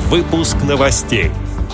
Выпуск новостей.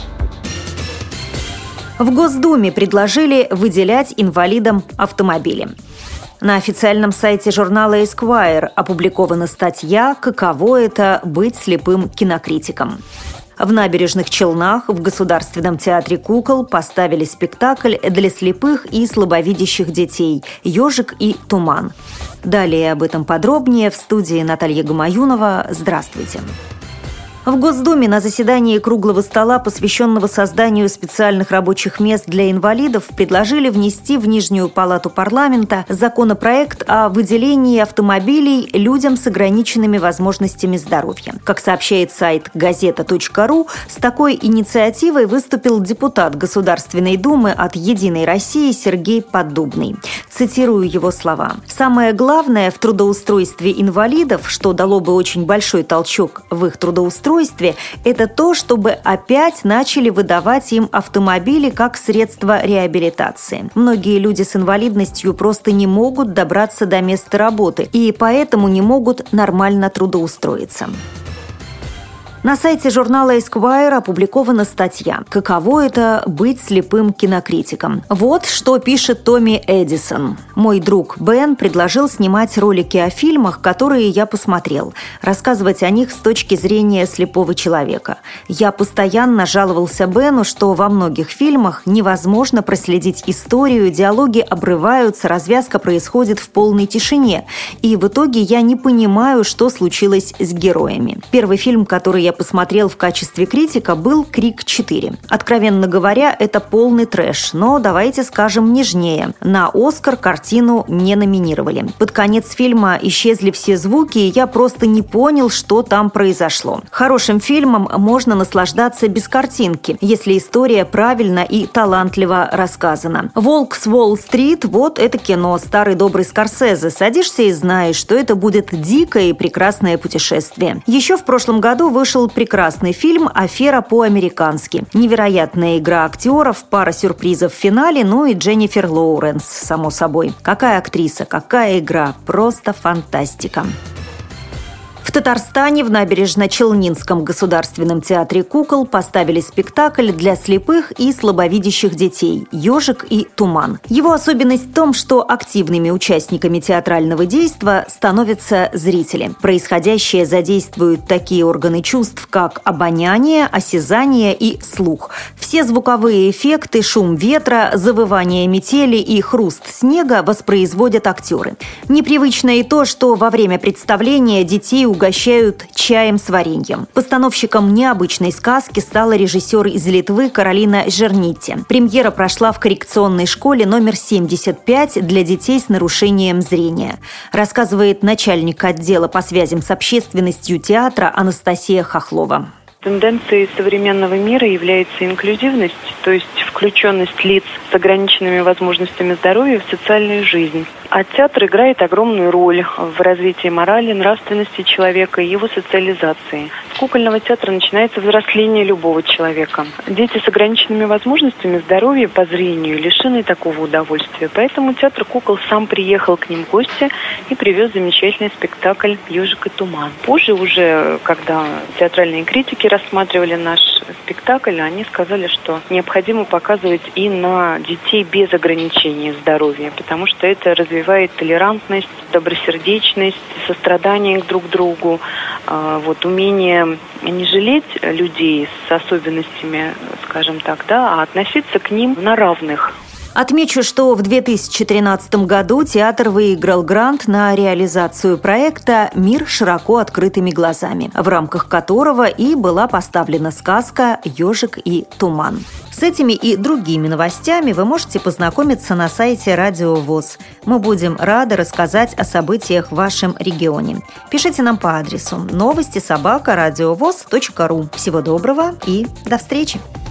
В Госдуме предложили выделять инвалидам автомобили. На официальном сайте журнала Esquire опубликована статья «Каково это быть слепым кинокритиком». В Набережных Челнах в Государственном театре кукол поставили спектакль для слепых и слабовидящих детей «Ежик и туман». Далее об этом подробнее в студии Наталья Гамаюнова. Здравствуйте. В Госдуме на заседании круглого стола, посвященного созданию специальных рабочих мест для инвалидов, предложили внести в Нижнюю палату парламента законопроект о выделении автомобилей людям с ограниченными возможностями здоровья. Как сообщает сайт газета.ру, с такой инициативой выступил депутат Государственной Думы от «Единой России» Сергей Поддубный. Цитирую его слова. «Самое главное в трудоустройстве инвалидов, что дало бы очень большой толчок в их трудоустройстве, это то, чтобы опять начали выдавать им автомобили как средство реабилитации. Многие люди с инвалидностью просто не могут добраться до места работы и поэтому не могут нормально трудоустроиться». На сайте журнала Esquire опубликована статья «Каково это быть слепым кинокритиком». Вот что пишет Томми Эдисон. «Мой друг Бен предложил снимать ролики о фильмах, которые я посмотрел, рассказывать о них с точки зрения слепого человека. Я постоянно жаловался Бену, что во многих фильмах невозможно проследить историю, диалоги обрываются, развязка происходит в полной тишине. И в итоге я не понимаю, что случилось с героями. Первый фильм, который я посмотрел в качестве критика, был «Крик 4». Откровенно говоря, это полный трэш, но давайте скажем нежнее. На «Оскар» картину не номинировали. Под конец фильма исчезли все звуки, и я просто не понял, что там произошло. Хорошим фильмом можно наслаждаться без картинки, если история правильно и талантливо рассказана. «Волк с Уолл-стрит» – вот это кино, старый добрый Скорсезе. Садишься и знаешь, что это будет дикое и прекрасное путешествие. Еще в прошлом году вышел прекрасный фильм «Афера по-американски». Невероятная игра актеров, пара сюрпризов в финале, ну и Дженнифер Лоуренс, само собой. Какая актриса, какая игра, просто фантастика. В Татарстане в Набережно-Челнинском государственном театре кукол поставили спектакль для слепых и слабовидящих детей «Ежик и туман». Его особенность в том, что активными участниками театрального действа становятся зрители. Происходящее задействует такие органы чувств, как обоняние, осязание и слух. Все звуковые эффекты, шум ветра, завывание метели и хруст снега воспроизводят актеры. Непривычно и то, что во время представления детей угощают чаем с вареньем. Постановщиком необычной сказки стала режиссер из Литвы Каролина Жернитти. Премьера прошла в коррекционной школе номер 75 для детей с нарушением зрения. Рассказывает начальник отдела по связям с общественностью театра Анастасия Хохлова. Тенденцией современного мира является инклюзивность, то есть включенность лиц с ограниченными возможностями здоровья в социальную жизнь. А театр играет огромную роль в развитии морали, нравственности человека и его социализации. С кукольного театра начинается взросление любого человека. Дети с ограниченными возможностями здоровья по зрению лишены такого удовольствия. Поэтому театр кукол сам приехал к ним в гости и привез замечательный спектакль «Ежик и туман». Позже уже, когда театральные критики рассматривали наш спектакль, они сказали, что необходимо показывать и на детей без ограничений здоровья, потому что это развивает толерантность, добросердечность, сострадание друг к другу, умение не жалеть людей с особенностями, скажем так, а относиться к ним на равных. Отмечу, что в 2013 году театр выиграл грант на реализацию проекта «Мир широко открытыми глазами», в рамках которого и была поставлена сказка «Ежик и туман». С этими и другими новостями вы можете познакомиться на сайте Радио ВОС. Мы будем рады рассказать о событиях в вашем регионе. Пишите нам по адресу новости@радиовос.ру. Всего доброго и до встречи!